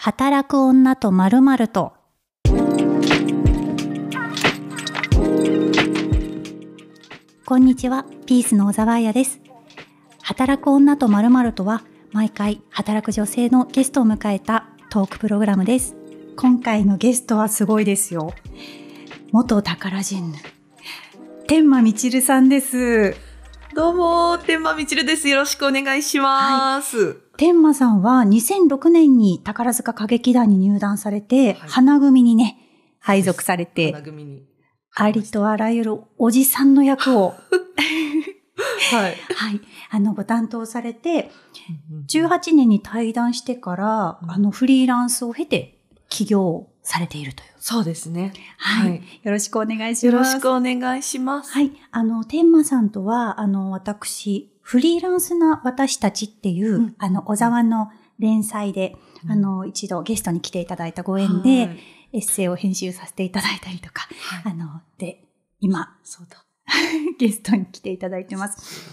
働く女と〇〇と。こんにちは、ピースの小沢彩です。働く女と〇〇とは、毎回働く女性のゲストを迎えたトークプログラムです。今回のゲストはすごいですよ。元タカラジェンヌ、天間みちるさんです。 どうも、天間みちるです。よろしくお願いします。 天間さんは2006年に宝塚歌劇団に入団されて、花組にね、配属されて、 花組にありとあらゆるおじさんの役を、 はい。 ご担当されて、18年に退団してから、フリーランスを経て起業されているという。 そうですね。 はい。よろしくお願いします。 よろしくお願いします。 はい。天間さんとは、私、フリーランスな私たちっていう、小沢の連載で、一度ゲストに来ていただいたご縁で、エッセイを編集させていただいたりとか、で、今、 そうだ。 ゲストに来ていただいてます。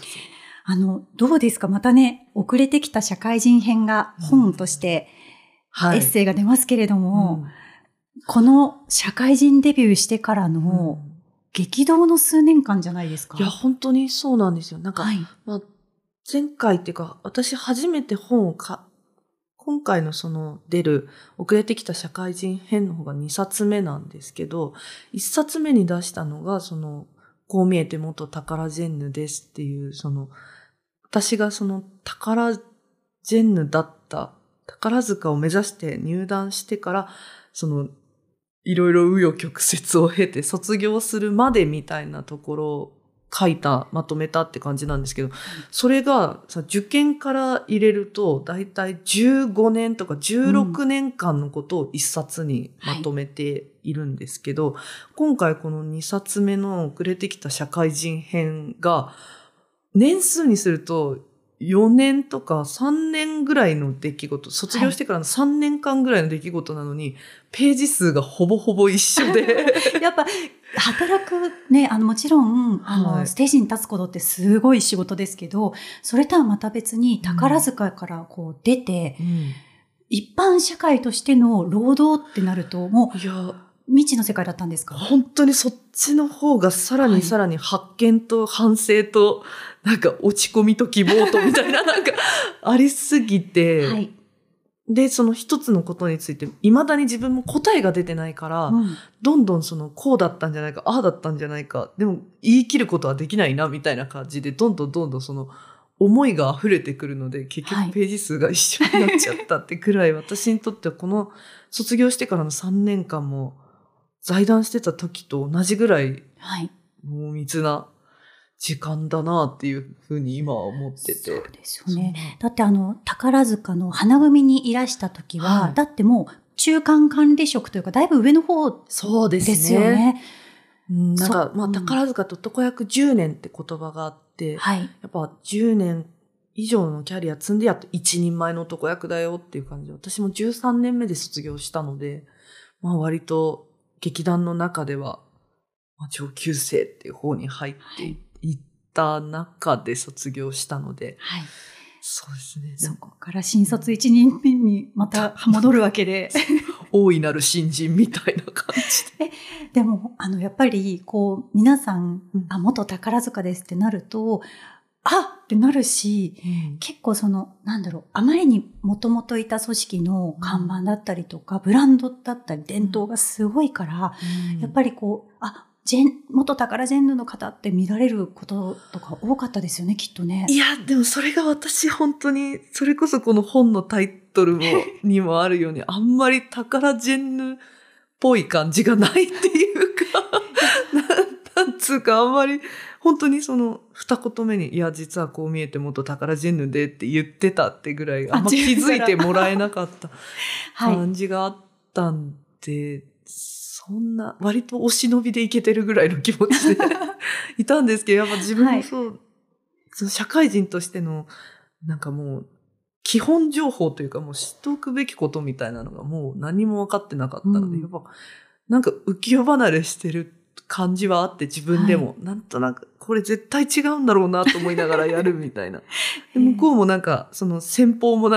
どうですか？またね、遅れてきた社会人編が本として、エッセイが出ますけれども、この社会人デビューしてからの激動の数年間じゃないですか？ いや、本当にそうなんですよ。なんか、前回っていうか、私初めて本を今回の出る遅れてきた社会人編の方が2冊目なんですけど、1冊目に出したのが、こう見えて元タカラジェンヌですっていう、私がタカラジェンヌだった、宝塚を目指して入団してから、いろいろ紆余曲折を経て卒業するまでみたいなところをまとめたって感じなんですけど、それが受験から入れるとだいたい15年とか16年間のことを一冊にまとめているんですけど、今回この2冊目の遅れてきた社会人編が年数にすると4年とか3年ぐらいの出来事、卒業してからの3年間ぐらいの出来事なのに、ページ数がほぼほぼ一緒で。 やっぱ、働くね、もちろん、ステージに立つことってすごい仕事ですけど、それとはまた別に宝塚から出て、一般社会としての労働ってなると、もう、未知の世界だったんですか？ 本当にそっちの方がさらに発見と反省と、なんか落ち込みと希望とみたいななんかありすぎて、で、一つのことについて未だに自分も答えが出てないから、どんどんこうだったんじゃないか、ああだったんじゃないか、でも言い切ることはできないなみたいな感じで、どんどん思いが溢れてくるので、結局ページ数が一緒になっちゃったってくらい、私にとってはこの卒業してからの3年間も、在団してた時と同じぐらい、濃密な時間だなっていうふうに今は思ってて。 そうですよね。だって宝塚の花組にいらした時は、だってもう中間管理職というか、だいぶ上の方ですよね。 そうですね。なんか、宝塚と男役10年って言葉があって、やっぱ10年以上のキャリア積んでやっと一人前の男役だよっていう感じで、私も13年目で卒業したので、割と劇団の中では、上級生っていう方に入っていった中で卒業したので、そうですね。 そこから新卒1年目にまた戻るわけで。 大いなる新人みたいな感じで。 でも、やっぱり、皆さん、元宝塚ですってなると、ってなるし、結構あまりにもともといた組織の看板だったりとか、ブランドだったり、伝統がすごいから、やっぱり元宝ジェンヌの方って見られることとか多かったですよね、きっとね。 いや、でもそれが私本当に、それこそこの本のタイトルにもあるように、あんまり宝ジェンヌっぽい感じがないっていうか、なんつうかあんまり、本当に二言目に、いや、実はこう見えて元宝ジェンヌでって言ってたってぐらい、あんま気づいてもらえなかった感じがあったんで、そんな、割とお忍びでいけてるぐらいの気持ちでいたんですけど、やっぱ自分も社会人としての、なんかもう、基本情報というかもう知っておくべきことみたいなのがもう何も分かってなかったので、やっぱ、なんか浮世離れしてる感じはあって自分でも、なんとなくこれ絶対違うんだろうなと思いながらやるみたいな。で向こうもなんか、先方もなんか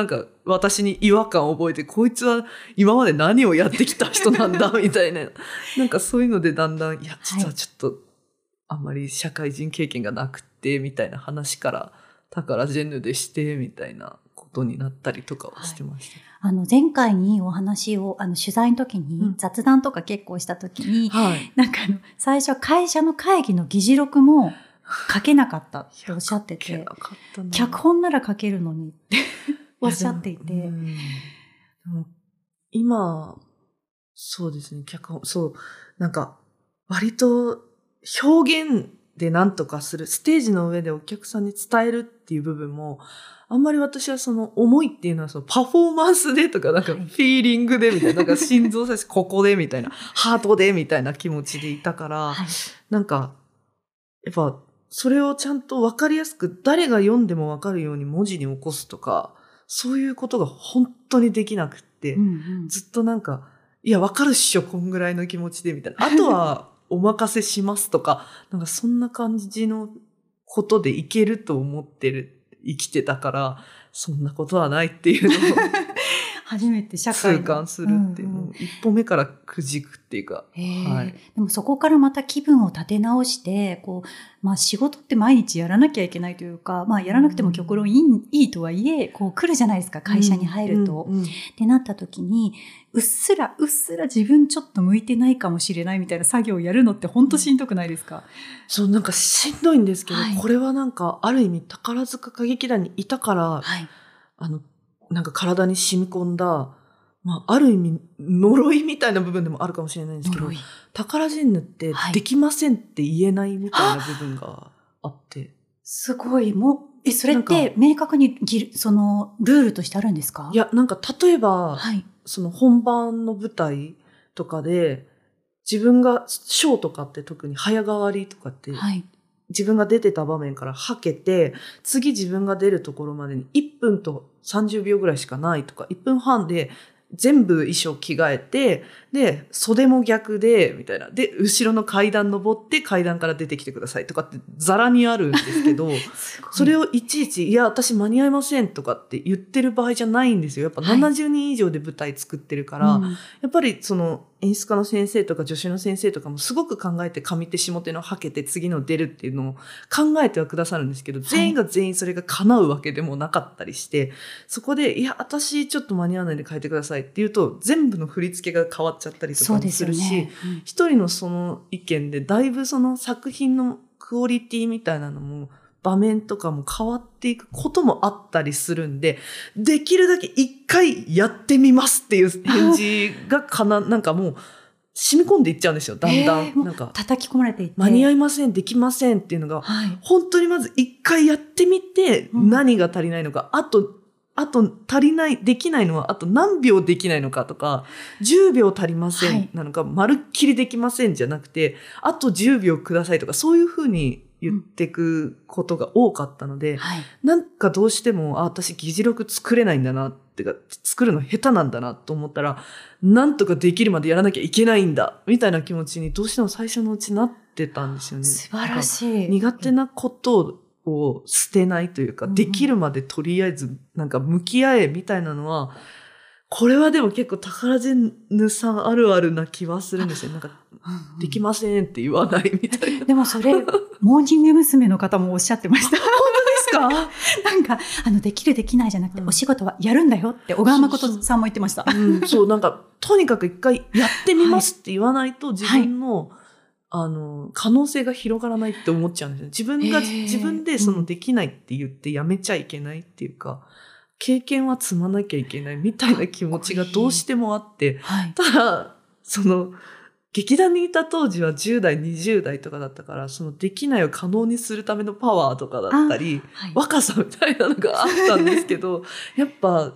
私に違和感を覚えて、こいつは今まで何をやってきた人なんだみたいななんかそういうのでだんだん、いや実はちょっとあんまり社会人経験がなくてみたいな話からタカラジェヌでしてみたいなことになったりとかはしてました。 前回にお話を、取材の時に、雑談とか結構した時に、なんか最初会社の会議の議事録も書けなかったっておっしゃってて、脚本なら書けるのにっておっしゃっていて。 でも今、そうですね、脚本、そう、なんか割と表現で何とかする、ステージの上でお客さんに伝えるっていう部分も、あんまり私はその思いっていうのはそのパフォーマンスでとかなんかフィーリングでみたいな、なんか心臓さしここでみたいな、ハートでみたいな気持ちでいたから、なんかやっぱそれをちゃんとわかりやすく誰が読んでもわかるように文字に起こすとか、そういうことが本当にできなくって、ずっとなんか、いやわかるっしょこんぐらいの気持ちでみたいな、あとはお任せしますとか、なんかそんな感じのことでいけると思って生きてたから、そんなことはないっていうのを初めて社会痛感するっていう、一歩目からくじくっていうか、 でもそこからまた気分を立て直して仕事って毎日やらなきゃいけないというか、やらなくても極論いいとはいえ来るじゃないですか、会社に入ると、ってなった時にうっすら自分ちょっと向いてないかもしれないみたいな作業をやるのって本当しんどくないですか？ そう、なんかしんどいんですけど、これはなんかある意味宝塚歌劇団にいたから、なんか体に染み込んだ、ある意味呪いみたいな部分でもあるかもしれないんですけど、タカラジェンヌってできませんって言えないみたいな部分があって、 すごい。それって明確にそのルールとしてあるんですか？ いや、なんか例えば、その本番の舞台とかで自分がショーとかって特に早変わりとかって、自分が出てた場面からはけて、次自分が出るところまでに1分と30秒ぐらいしかないとか、1分半で全部衣装着替えて、で、袖も逆で、みたいな。で、後ろの階段登って階段から出てきてくださいとかってザラにあるんですけど、それをいちいち、いや、私間に合いませんとかって言ってる場合じゃないんですよ。やっぱ70人以上で舞台作ってるから、やっぱりその演出家の先生とか助手の先生とかもすごく考えて上手下手のはけて次の出るっていうのを考えてはくださるんですけど、全員が全員それが叶うわけでもなかったりして、そこで、いや、私ちょっと間に合わないんで変えてくださいって言うと、全部の振り付けが変わっちゃったりとかもするし、一人のその意見でだいぶその作品のクオリティみたいなのも場面とかも変わっていくこともあったりするんで、できるだけ一回やってみますっていう返事がなんかもう染み込んでいっちゃうんですよ、だんだん。なんか叩き込まれていって。 間に合いません、できませんっていうのが、本当にまず一回やってみて、何が足りないのか、あと足りない、できないのはあと何秒できないのかとか、10秒足りませんなのか、まるっきりできませんじゃなくて、あと10秒くださいとか、そういうふうに言ってくことが多かったので、なんかどうしても、私議事録作れないんだなってか、作るの下手なんだなと思ったら、なんとかできるまでやらなきゃいけないんだみたいな気持ちにどうしても最初のうちなってたんですよね。 素晴らしい。 苦手なことを捨てないというか、できるまでとりあえずなんか向き合えみたいなのは、これはでも結構タカラジェヌさんあるあるな気はするんですよ。なんか、できませんって言わないみたいな。 でもそれ、モーニング娘。の方もおっしゃってました。 本当ですか？なんか、できるできないじゃなくて、お仕事はやるんだよって小川誠さんも言ってました。 そう、なんか、とにかく一回やってみますって言わないと、自分の、可能性が広がらないって思っちゃうんですよ。自分でそのできないって言ってやめちゃいけないっていうか、経験は積まなきゃいけないみたいな気持ちがどうしてもあって、ただ、劇団にいた当時は10代、20代とかだったから、そのできないを可能にするためのパワーとかだったり、若さみたいなのがあったんですけど、やっぱ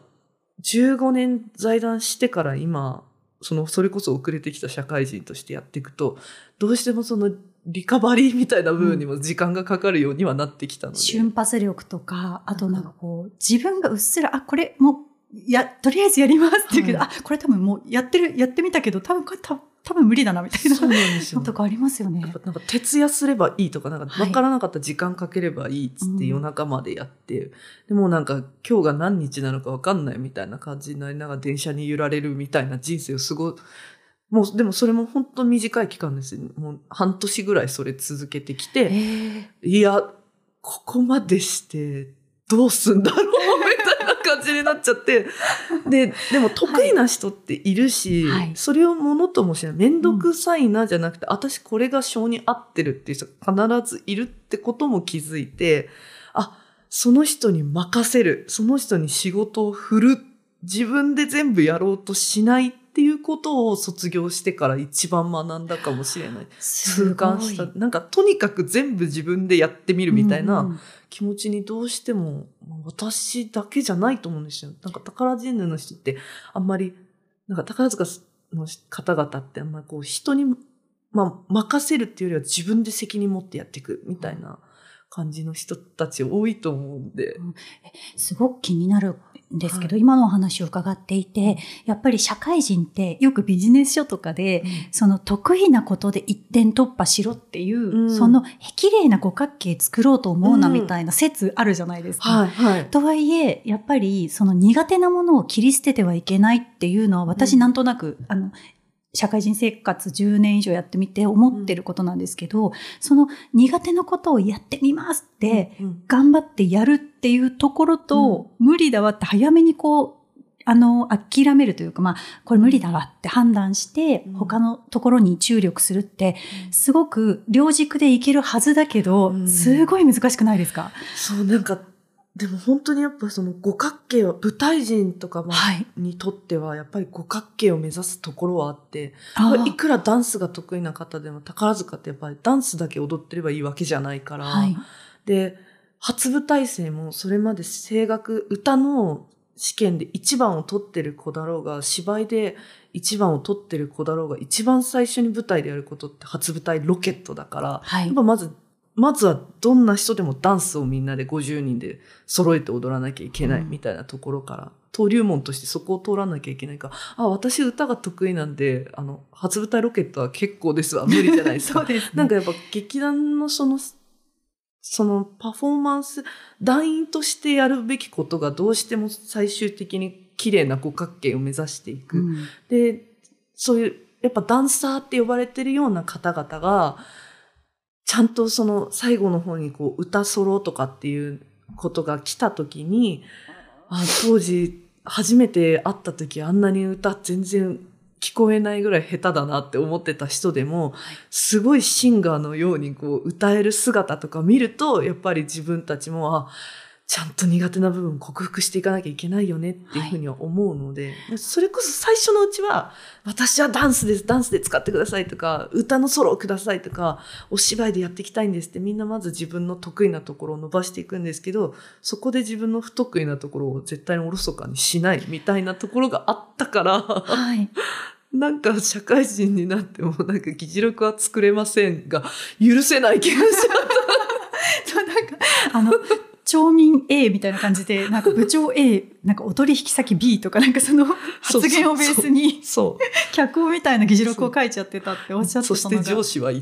15年在団してから今、それこそ遅れてきた社会人としてやっていくと、どうしてもそのリカバリーみたいな部分にも時間がかかるようにはなってきたので。 瞬発力とか、あとなんか自分がうっすら、これもう、とりあえずやりますって言うけど、これ多分もうやってみたけど、多分これ足多分無理だなみたいな。 そうなんですよ。 とかありますよね。 なんか徹夜すればいいとか、なんか分からなかったら時間かければいいっつって夜中までやって、でもなんか今日が何日なのか分かんないみたいな感じになりながら電車に揺られるみたいな人生をもうでもそれも本当短い期間ですよ。もう半年ぐらいそれ続けてきて、いや、ここまでしてどうすんだろうみたいな感じになっちゃって、でも得意な人っているし、はい、それをものともしない。めんどくさいなじゃなくて、私これが性に合ってるっていう人が必ずいるってことも気づいて、その人に任せる、その人に仕事を振る、自分で全部やろうとしないっていうことを卒業してから一番学んだかもしれない。痛感した。なんかとにかく全部自分でやってみるみたいな気持ちにどうしても、私だけじゃないと思うんですよ。なんか宝ジェンヌの人ってあんまり、なんか宝塚の方々ってあんまりこう人に、任せるっていうよりは自分で責任持ってやっていくみたいな感じの人たち多いと思うんで。 すごく気になるんですけど、今のお話を伺っていて、やっぱり社会人ってよくビジネス書とかで、その得意なことで一点突破しろっていう、その綺麗な五角形作ろうと思うなみたいな説あるじゃないですか。とはいえ、やっぱりその苦手なものを切り捨ててはいけないっていうのは私なんとなく、社会人生活10年以上やってみて思ってることなんですけど、その苦手なことをやってみますって、頑張ってやるっていうところと、無理だわって早めに諦めるというか、これ無理だわって判断して、他のところに注力するって、すごく両軸でいけるはずだけど、すごい難しくないですか？ そう、なんか、でも本当にやっぱその五角形は舞台人とかにとってはやっぱり五角形を目指すところはあって、いくらダンスが得意な方でも宝塚ってやっぱりダンスだけ踊ってればいいわけじゃないから、で、初舞台生もそれまで声楽、歌の試験で1番を取ってる子だろうが、芝居で1番を取ってる子だろうが、一番最初に舞台でやることって初舞台ロケットだから、やっぱまずはどんな人でもダンスをみんなで50人で揃えて踊らなきゃいけないみたいなところから、登竜門としてそこを通らなきゃいけないから、私歌が得意なんで、初舞台ロケットは結構ですわ、無理じゃないですか。 そうですね。 なんかやっぱ劇団のそのパフォーマンス、団員としてやるべきことがどうしても最終的に綺麗な五角形を目指していく。で、そういう、やっぱダンサーって呼ばれてるような方々が、ちゃんとその最後の方に歌ソロとかっていうことが来た時に、当時初めて会った時あんなに歌全然聞こえないぐらい下手だなって思ってた人でも、すごいシンガーのように歌える姿とか見ると、やっぱり自分たちも、ちゃんと苦手な部分克服していかなきゃいけないよねっていうふうには思うので、それこそ最初のうちは、私はダンスで使ってくださいとか、歌のソロをくださいとか、お芝居でやっていきたいんですってみんなまず自分の得意なところを伸ばしていくんですけど、そこで自分の不得意なところを絶対におろそかにしないみたいなところがあったから、なんか社会人になってもなんか議事録は作れませんが、許せない気がしちゃった。 そう、なんか、町民 A みたいな感じで、なんか部長 A、なんかお取引先 B とかなんかその発言をベースに、脚本みたいな議事録を書いちゃってたっておっしゃってたのが。 そして上司は言った。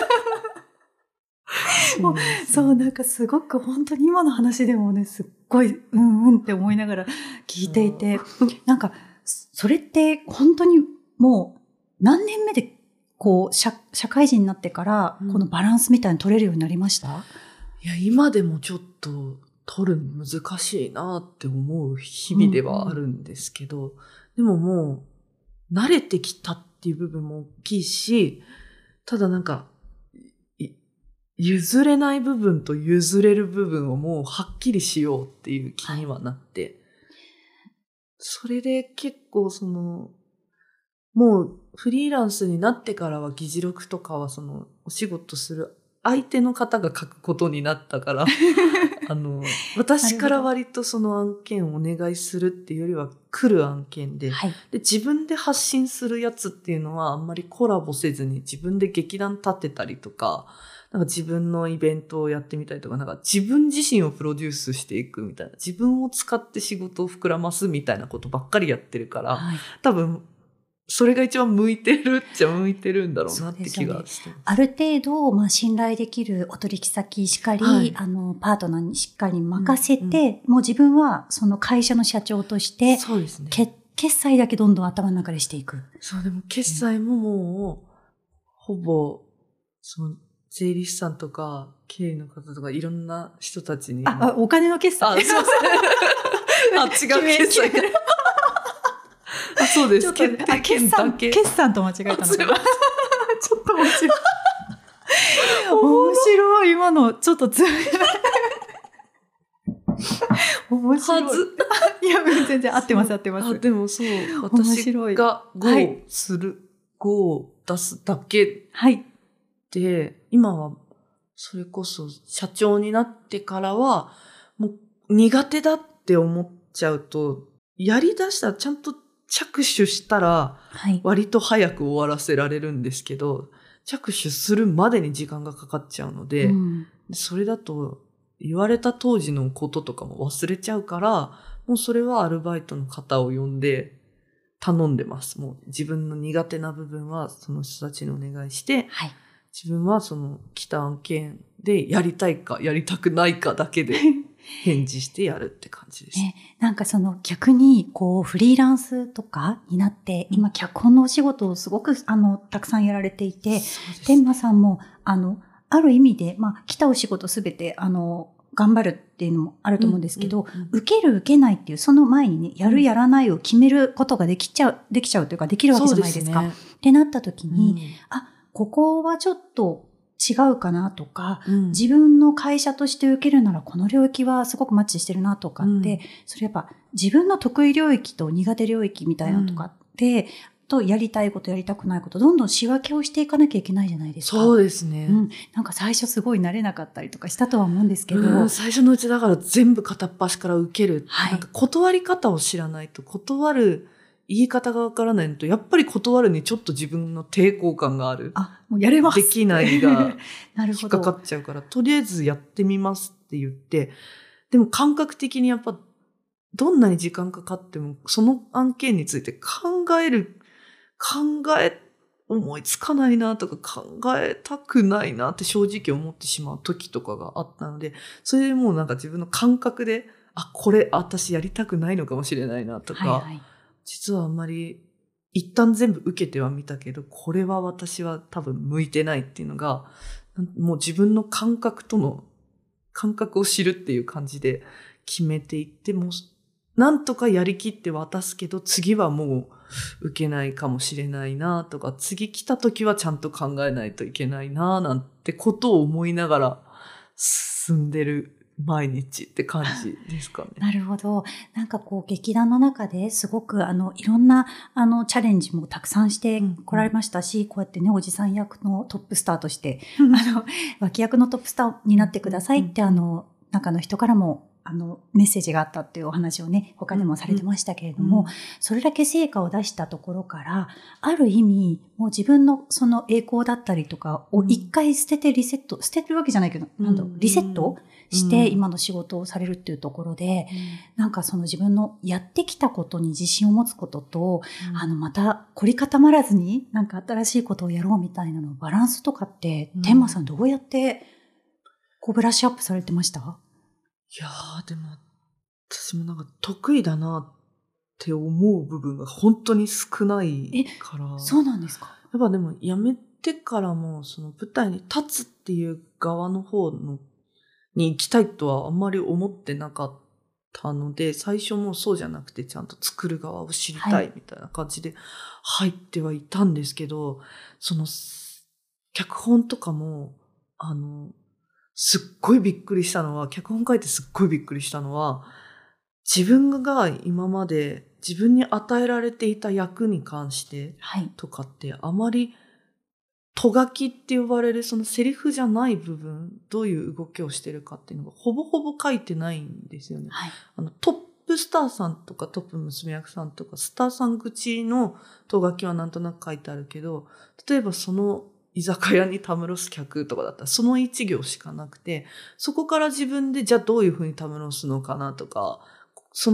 そう、なんかすごく本当に今の話でもね、すっごいって思いながら聞いていて、なんかそれって本当にもう何年目で社会人になってからこのバランスみたいに取れるようになりました？ いや、今でもちょっと取るの難しいなって思う日々ではあるんですけど、でももう慣れてきたっていう部分も大きいし、ただなんか譲れない部分と譲れる部分をもうはっきりしようっていう気にはなって、それで結構もうフリーランスになってからは議事録とかはお仕事する相手の方が書くことになったから、私から割とその案件をお願いするっていうよりは来る案件で、で、自分で発信するやつっていうのはあんまりコラボせずに自分で劇団立てたりとか、なんか自分のイベントをやってみたりとか、なんか自分自身をプロデュースしていくみたいな、自分を使って仕事を膨らますみたいなことばっかりやってるから、多分、 それが一番向いてるっちゃ向いてるんだろうなって気がしてます。 ある程度、信頼できるお取引先しかり、 はい、 パートナーにしっかり任せて、もう自分はその会社の社長として、 そうですね。 決済だけどんどん頭の中でしていく。 そう、でも決済ももう、ほぼ、その、税理士さんとか、経理の方とか、いろんな人たちに。 お金の決済。 すいません。違う決済。そうです。決算と間違えたのかな。ちょっと面白い。今の、ちょっと面白い。いや、全然合ってます。 でもそう、私が5を出すだけで、今は、それこそ社長になってからは、もう苦手だって思っちゃうと、やり出したらちゃんと着手したら、割と早く終わらせられるんですけど、着手するまでに時間がかかっちゃうので、それだと言われた当時のこととかも忘れちゃうから、もうそれはアルバイトの方を呼んで頼んでます。もう自分の苦手な部分はその人たちにお願いして、自分はその来た案件でやりたいかやりたくないかだけで返事してやるって感じです。 なんかその逆にフリーランスとかになって、今脚本のお仕事をすごくたくさんやられていて、天馬さんもある意味で来たお仕事すべて頑張るっていうのもあると思うんですけど、受ける受けないっていうその前にね、やるやらないを決めることができちゃうというかできるわけじゃないですか。ってなった時に、ここはちょっと違うかなとか、自分の会社として受けるならこの領域はすごくマッチしてるなとかって、それやっぱ自分の得意領域と苦手領域みたいなとかって、とやりたいことやりたくないことどんどん仕分けをしていかなきゃいけないじゃないですか。 そうですね。 なんか最初すごい慣れなかったりとかしたとは思うんですけど、 最初のうちだから全部片っ端から受ける、なんか断り方を知らないと断る言い方がわからないのと、やっぱり断るにちょっと自分の抵抗感がある。 もうやれます。 できないが引っかかっちゃうから、とりあえずやってみますって言って、でも感覚的にやっぱどんなに時間かかっても、その案件について思いつかないなとか考えたくないなって正直思ってしまう時とかがあったので、それでもうなんか自分の感覚で、これ私やりたくないのかもしれないなとか、実はあんまり一旦全部受けてはみたけど、これは私は多分向いてないっていうのが、もう自分の感覚を知るっていう感じで決めていって、もうなんとかやりきって渡すけど、次はもう受けないかもしれないなとか、次来た時はちゃんと考えないといけないななんてことを思いながら進んでる毎日って感じですかね。 なるほど。なんか劇団の中ですごくいろんなチャレンジもたくさんしてこられましたし、こうやってね、おじさん役のトップスターとして、脇役のトップスターになってくださいって中の人からもメッセージがあったっていうお話をね、他でもされてましたけれども、それだけ成果を出したところから、ある意味、もう自分のその栄光だったりとかを一回捨てるわけじゃないけど、リセットして今の仕事をされるっていうところで、なんかその自分のやってきたことに自信を持つことと、また凝り固まらずになんか新しいことをやろうみたいなのバランスとかって、天馬さんどうやってブラッシュアップされてました？ いやー、でも、私もなんか得意だなって思う部分が本当に少ないから。 そうなんですか？ やっぱでも辞めてからも、その舞台に立つっていう側の方に行きたいとはあんまり思ってなかったので、最初もそうじゃなくてちゃんと作る側を知りたいみたいな感じで入ってはいたんですけど、その、脚本とかも、すっごいびっくりしたのは、脚本書いてすっごいびっくりしたのは、自分が今まで自分に与えられていた役に関してとかって、あまりとがきって呼ばれるそのセリフじゃない部分、どういう動きをしてるかっていうのがほぼほぼ書いてないんですよね。トップスターさんとかトップ娘役さんとかスターさん口のとがきはなんとなく書いてあるけど、例えばその居酒屋にたむろす客とかだったらその一行しかなくて、そこから自分でじゃあどういうふうにたむろすのかなとか、その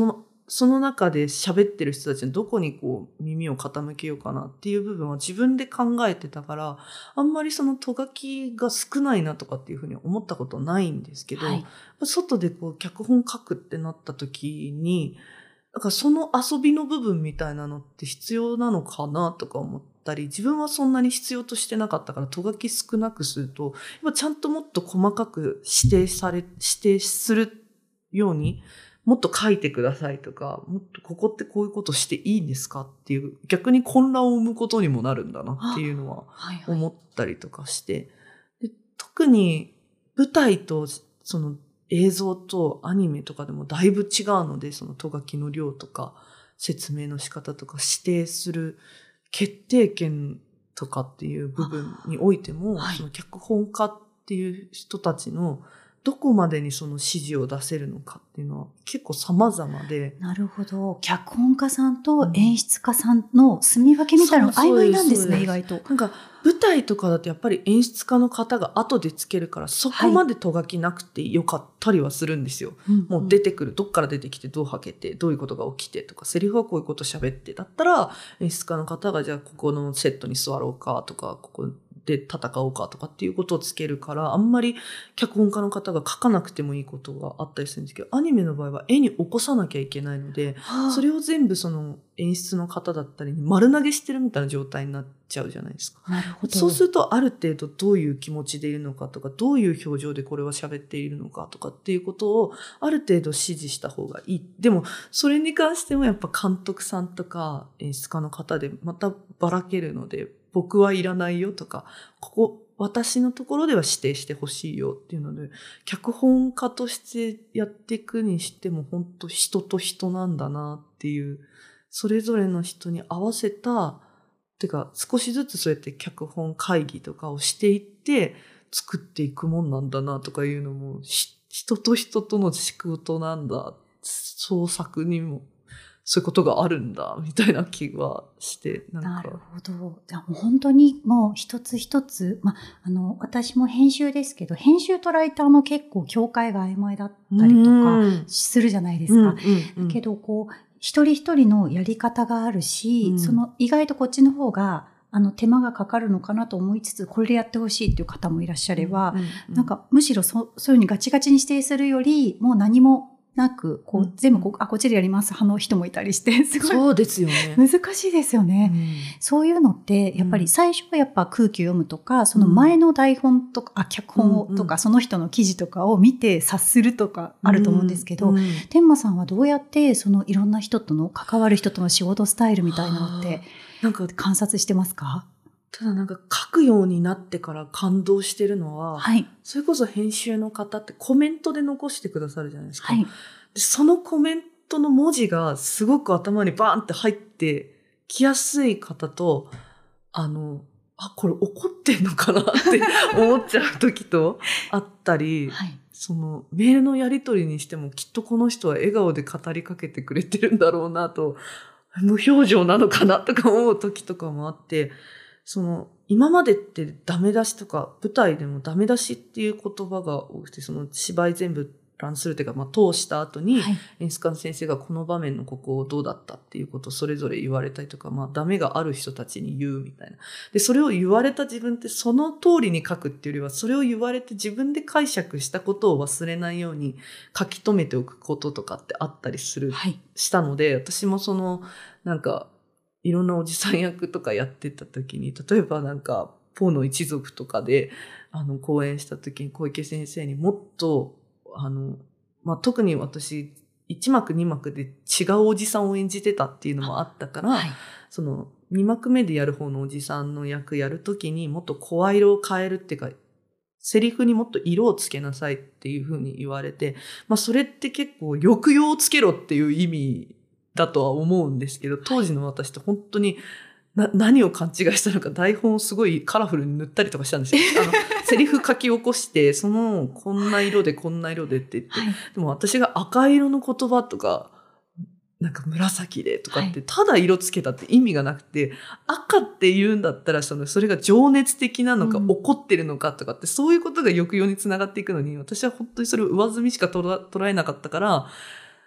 その中で喋ってる人たちのどこにこう耳を傾けようかなっていう部分は自分で考えてたから、あんまりそのト書きが少ないなとかっていうふうに思ったことないんですけど、外でこう脚本書くってなった時に、なんかその遊びの部分みたいなのって必要なのかなとか思ったり、自分はそんなに必要としてなかったから、ト書き少なくすると、やっぱちゃんともっと細かく指定するように、もっと書いてくださいとか、もっとここってこういうことしていいんですかっていう、逆に混乱を生むことにもなるんだなっていうのは思ったりとかして、で特に舞台とその映像とアニメとかでもだいぶ違うので、そのト書きの量とか説明の仕方とか指定する決定権とかっていう部分においても、その脚本家っていう人たちのどこまでにその指示を出せるのかっていうのは結構様々で。 なるほど。脚本家さんと演出家さんの住み分けみたいなの曖昧なんですね、意外と。 なんか舞台とかだとやっぱり演出家の方が後でつけるから、そこまでとがきなくてよかったりはするんですよ。もう出てくる、どっから出てきてどうはけて、どういうことが起きてとか、セリフはこういうこと喋ってだったら、演出家の方がじゃあここのセットに座ろうかとか、ここで戦おうかとかっていうことをつけるから、あんまり脚本家の方が書かなくてもいいことがあったりするんですけど、アニメの場合は絵に起こさなきゃいけないので、それを全部その演出の方だったりに丸投げしてるみたいな状態になっちゃうじゃないですか。 なるほど。 そうするとある程度どういう気持ちでいるのかとか、どういう表情でこれは喋っているのかとかっていうことをある程度指示した方がいい。でもそれに関してもやっぱ監督さんとか演出家の方でまたばらけるので、僕はいらないよとか、ここ私のところでは指定してほしいよっていうので、脚本家としてやっていくにしても本当人と人なんだなっていう、それぞれの人に合わせた、てか少しずつそうやって脚本会議とかをしていって作っていくもんなんだなとかいうのも、人と人との仕事なんだ、創作にもそういうことがあるんだみたいな気はして、 なるほど。じゃあもう本当にもう一つ一つ、私も編集ですけど、編集とライターも結構境界が曖昧だったりとかするじゃないですか。だけどこう一人一人のやり方があるし、その意外とこっちの方が手間がかかるのかなと思いつつ、これでやってほしいっていう方もいらっしゃれば、なんかむしろそういうふうにガチガチに指定するより、もう何もなく、こう、全部こっちでやります派の人もいたりして、すごい。 そうですよね。 難しいですよね。そういうのって、やっぱり最初はやっぱ空気を読むとか、その前の台本とか、脚本とか、その人の記事とかを見て察するとかあると思うんですけど、天馬さんはどうやってそのいろんな人との、関わる人との仕事スタイルみたいなのって、なんか観察してますか？ ただなんか書くようになってから感動してるのは、それこそ編集の方ってコメントで残してくださるじゃないですか。でそのコメントの文字がすごく頭にバーンって入ってきやすい方と、これ怒ってんのかなって思っちゃう時とあったり、そのメールのやり取りにしてもきっとこの人は笑顔で語りかけてくれてるんだろうなと、無表情なのかなとか思う時とかもあって、その今までってダメ出しとか舞台でもダメ出しっていう言葉が多くて、その芝居全部ランするというか、通した後に演出家の先生がこの場面のここをどうだったっていうことをそれぞれ言われたりとか、ダメがある人たちに言うみたいな。で、それを言われた自分ってその通りに書くっていうよりは、それを言われて自分で解釈したことを忘れないように書き留めておくこととかってあったりしたので、私もそのなんかいろんなおじさん役とかやってた時に、例えばなんかポーの一族とかで講演した時に小池先生にもっと特に私1幕2幕で違うおじさんを演じてたっていうのもあったから、その2幕目でやる方のおじさんの役やるときにもっと声色を変えるっていうか、セリフにもっと色をつけなさいっていうふうに言われて、それって結構抑揚をつけろっていう意味だとは思うんですけど、当時の私って本当に何を勘違いしたのか、台本をすごいカラフルに塗ったりとかしたんですよ。セリフ書き起こして、こんな色でこんな色でって言って、でも私が赤色の言葉とか、なんか紫でとかって、ただ色つけたって意味がなくて、赤って言うんだったら、それが情熱的なのか、怒ってるのかとかって、そういうことが抑揚につながっていくのに、私は本当にそれを上積みしか捉えなかったから、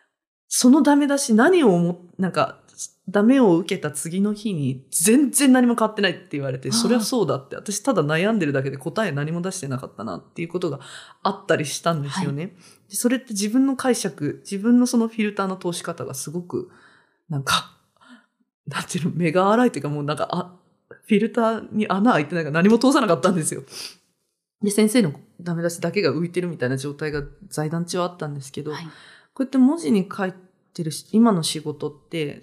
そのダメ出し何をなんか、ダメを受けた次の日に全然何も変わってないって言われて、そりゃそうだって、私ただ悩んでるだけで答え何も出してなかったなっていうことがあったりしたんですよね。はい、でそれって自分の解釈、自分のそのフィルターの通し方がすごく、なんか、なんていうの、目が荒いっていうかもうなんか、フィルターに穴開いてないから何も通さなかったんですよ。で、先生のダメ出しだけが浮いてるみたいな状態が財団中はあったんですけど、はい、こうやって文字に書いてる今の仕事って、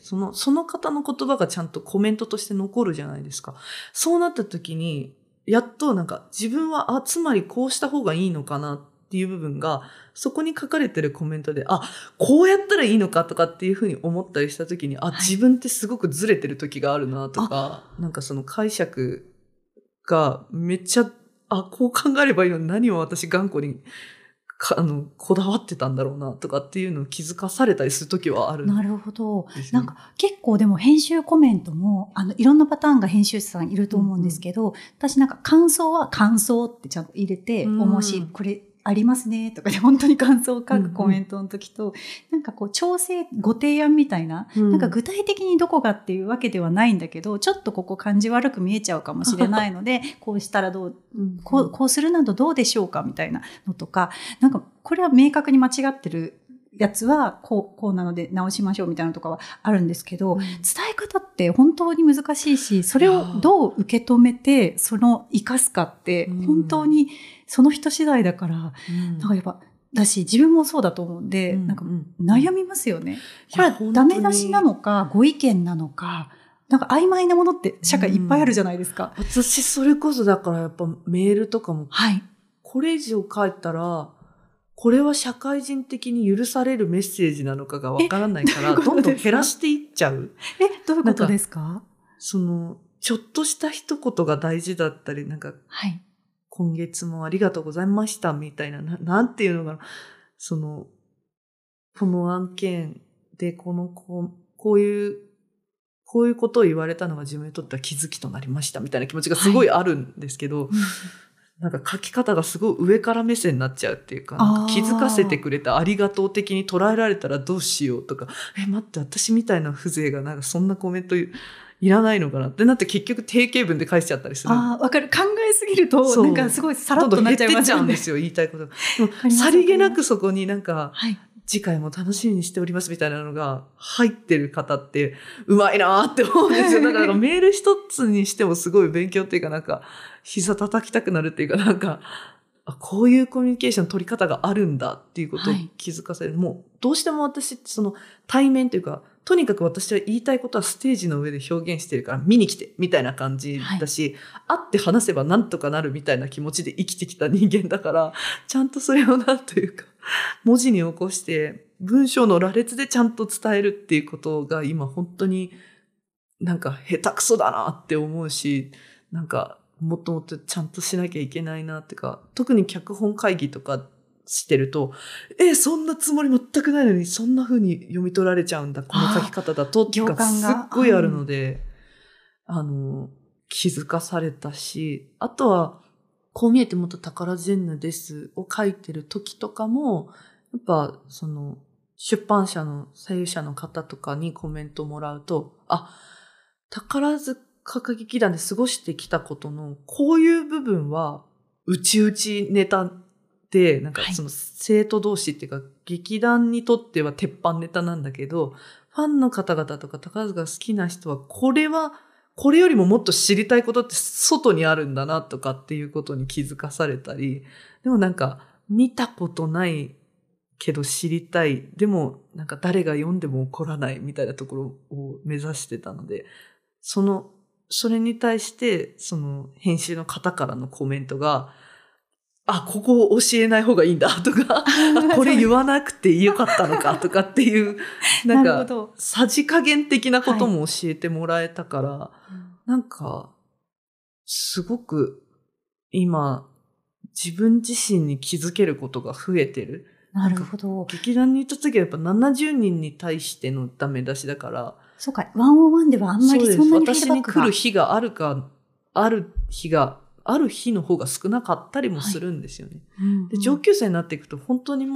その方の言葉がちゃんとコメントとして残るじゃないですか。そうなった時に、やっとなんか自分は、つまりこうした方がいいのかなっていう部分が、そこに書かれてるコメントで、こうやったらいいのかとかっていうふうに思ったりした時に、はい、自分ってすごくずれてる時があるなとか、なんかその解釈がめっちゃ、こう考えればいいのに何を私頑固にこだわってたんだろうなとかっていうのを気づかされたりするときはある、ね。 なるほど。なんか結構でも編集コメントもいろんなパターンが編集者さんいると思うんですけど、私なんか感想は感想ってちゃんと入れて、面白いこれありますねとかで本当に感想を書くコメントの時と、なんかこう調整ご提案みたいな、なんか具体的にどこがっていうわけではないんだけど、ちょっとここ感じ悪く見えちゃうかもしれないのでこうしたらどう、こうするなどどうでしょうかみたいなのとか、なんかこれは明確に間違ってるやつはこうなので直しましょうみたいなのとかはあるんですけど、伝え方って本当に難しいし、それをどう受け止めて生かすかって本当にその人次第だから、なんかやっぱだし自分もそうだと思うんで、なんか悩みますよね。これはダメ出しなのかご意見なのか、なんか曖昧なものって社会いっぱいあるじゃないですか。 私それこそだからやっぱメールとかも、 はい、これ以上書いたらこれは社会人的に許されるメッセージなのかがわからないから、どんどん減らしていっちゃう。 どういうことですか？ ちょっとした一言が大事だったり、なんか、 はい、 今月もありがとうございましたみたいな、なんていうのかな、この案件でこういうことを言われたのが自分にとっては気づきとなりましたみたいな気持ちがすごいあるんですけど、はいなんか書き方がすごい上から目線になっちゃうっていうか、なんか気づかせてくれたありがとう的に捉えられたらどうしようとか、待って私みたいな風情がなんかそんなコメントいらないのかなってなって結局定型文で返しちゃったりする。 わかる。考えすぎるとなんかすごいさらっとなっちゃいますよね。どんどん減ってっちゃうんですよ、言いたいこと。でもさりげなくそこになんか、はい、次回も楽しみにしておりますみたいなのが入ってる方ってうまいなーって思うんですよ。だからメール一つにしてもすごい勉強っていうかなんか膝叩きたくなるっていうかなんかこういうコミュニケーション取り方があるんだっていうことを気づかせる。はい、もうどうしても私って対面というかとにかく私は言いたいことはステージの上で表現してるから見に来てみたいな感じだし、はい、会って話せばなんとかなるみたいな気持ちで生きてきた人間だからちゃんとそれをなんというか文字に起こして文章の羅列でちゃんと伝えるっていうことが今本当になんか下手くそだなって思うし、なんかもっともっとちゃんとしなきゃいけないなっていうか、特に脚本会議とかしてると、そんなつもり全くないのにそんな風に読み取られちゃうんだ、この書き方だとっていうかすっごいあるので、気づかされたし、あとはこう見えてもっと宝ジェンヌですを書いてる時とかも、やっぱ出版社の声優者の方とかにコメントもらうと、宝塚歌劇団で過ごしてきたことのこういう部分は内々ネタで、なんか生徒同士っていうか、劇団にとっては鉄板ネタなんだけど、ファンの方々とか宝塚好きな人はこれよりももっと知りたいことって外にあるんだなとかっていうことに気づかされたり、でもなんか見たことないけど知りたい、でもなんか誰が読んでも怒らないみたいなところを目指してたので、それに対して編集の方からのコメントが、ここを教えない方がいいんだとか、これ言わなくてよかったのかとかっていう、なんか、さじ加減的なことも教えてもらえたから、なんか、すごく今、自分自身に気づけることが増えてる。 なるほど。 劇団に行った時はやっぱ70人に対してのダメ出しだから、 そうか、101ではあんまりそんなにフィードバックが。 私に来る日がある日の方が少なかったりもするんですよね。で上級生になっていくと本当にもう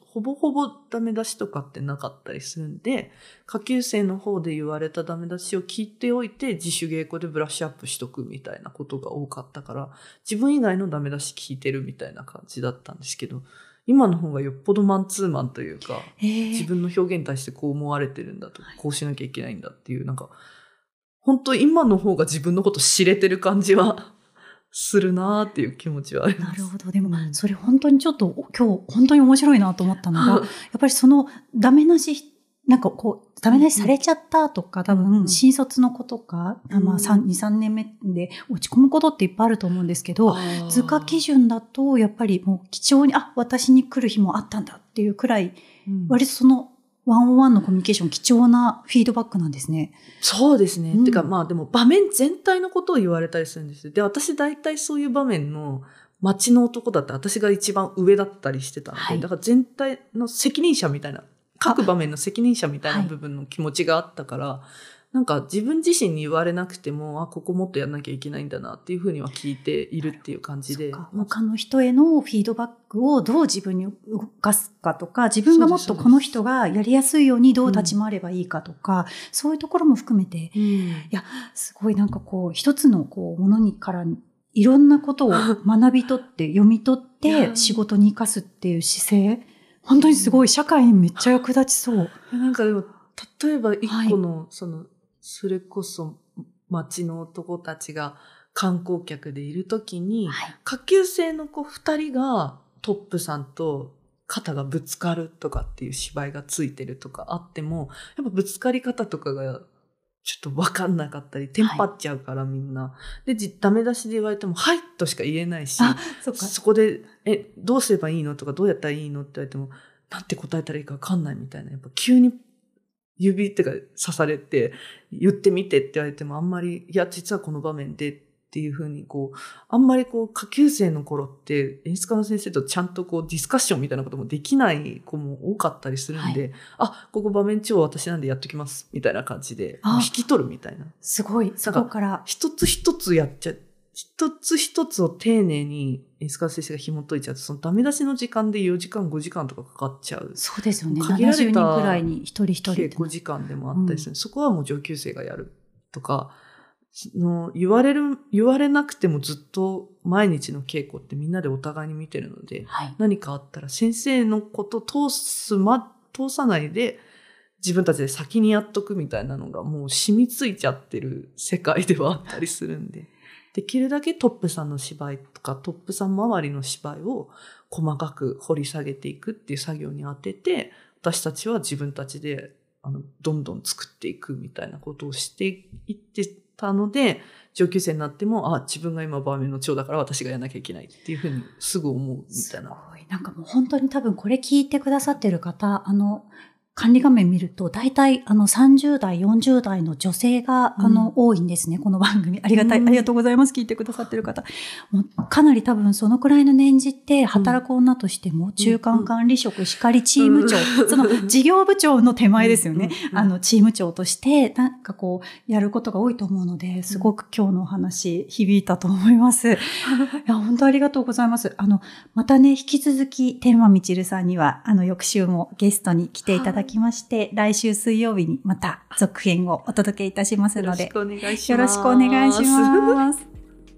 ほぼほぼダメ出しとかってなかったりするんで、下級生の方で言われたダメ出しを聞いておいて、自主稽古でブラッシュアップしとくみたいなことが多かったから、自分以外のダメ出し聞いてるみたいな感じだったんですけど、今の方がよっぽどマンツーマンというか、自分の表現に対してこう思われてるんだと、こうしなきゃいけないんだっていう、なんか、本当今の方が自分のこと知れてる感じはするなーっていう気持ちはあります。 なるほど。でも、それ本当にちょっと今日本当に面白いなと思ったのが、やっぱりそのダメ出し、なんかこう、ダメ出しされちゃったとか、多分、新卒の子とか、2、3年目で落ち込むことっていっぱいあると思うんですけど、図鑑基準だと、やっぱりもう貴重に、私に来る日もあったんだっていうくらい、割とその、ワンオンワンのコミュニケーション貴重なフィードバックなんですね。 そうですね。てかでも場面全体のことを言われたりするんですよ。で、私大体そういう場面の街の男だって私が一番上だったりしてたので、だから全体の責任者みたいな、各場面の責任者みたいな部分の気持ちがあったから、なんか自分自身に言われなくても、ここもっとやんなきゃいけないんだなっていうふうには聞いているっていう感じで。 他の人へのフィードバックをどう自分に動かすかとか、自分がもっとこの人がやりやすいようにどう立ち回ればいいかとか、そういうところも含めて、いや、すごいなんかこう、一つのこう、ものにからいろんなことを学び取って、読み取って仕事に生かすっていう姿勢、本当にすごい社会にめっちゃ役立ちそう。 なんかでも、例えば一個の、それこそ町の男たちが観光客でいるときに、下級生の子2人がトップさんと肩がぶつかるとかっていう芝居がついてるとかあっても、やっぱぶつかり方とかがちょっと分かんなかったり、テンパっちゃうからみんな。で、ダメ出しで言われても、はいとしか言えないし、そこで、どうすればいいのとか、どうやったらいいのって言われても、なんて答えたらいいか分かんないみたいな。やっぱ急に指ってか刺されて、言ってみてって言われてもあんまり、いや、実はこの場面でっていうふうにあんまり下級生の頃って演出家の先生とちゃんとディスカッションみたいなこともできない子も多かったりするんで、ここ場面長私なんでやっときます、みたいな感じで、引き取るみたいな。 すごい、そこから。 一つ一つ一つ一つを丁寧に演出家先生が紐解いちゃうと、そのダメ出しの時間で4時間、5時間とかかかっちゃう。 そうですよね。限られた70人くらいに一人一人。 稽古時間でもあったりする。そこはもう上級生がやるとか、言われなくてもずっと毎日の稽古ってみんなでお互いに見てるので、何かあったら先生のこと通さないで自分たちで先にやっとくみたいなのがもう染みついちゃってる世界ではあったりするんで、できるだけトップさんの芝居とかトップさん周りの芝居を細かく掘り下げていくっていう作業に当てて、私たちは自分たちでどんどん作っていくみたいなことをしていってたので、上級生になっても自分が今場面の長だから私がやらなきゃいけないっていうふうにすぐ思うみたいな。 すごい。なんかもう本当に多分これ聞いてくださってる方、管理画面見ると、大体、30代、40代の女性が、多いんですね、この番組。ありがとうございます。聞いてくださってる方。もうかなり多分、そのくらいの年次って、働く女としても、中間管理職、しかりチーム長、その、事業部長の手前ですよね。チーム長として、なんかやることが多いと思うので、すごく今日のお話、響いたと思います。いや、本当ありがとうございます。またね、引き続き、天馬みちるさんには、翌週もゲストに来ていただきまして、来週水曜日にまた続編をお届けいたしますので、 よろしくお願いします。 よろしくお願いします。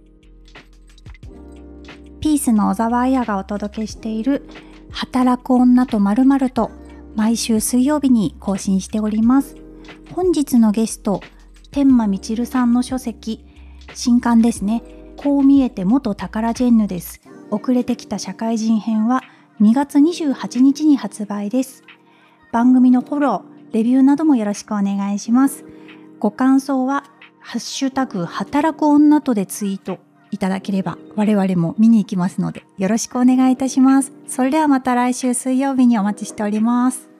ピースの小沢彩がお届けしている働く女と〇〇と、毎週水曜日に更新しております。本日のゲスト、天馬みちるさんの書籍、新刊ですね。こう見えて元タカラジェンヌです。遅れてきた社会人編は2月28日に発売です。番組のフォロー、レビューなどもよろしくお願いします。ご感想は、ハッシュタグ働く女とでツイートいただければ我々も見に行きますのでよろしくお願いいたします。それではまた来週水曜日にお待ちしております。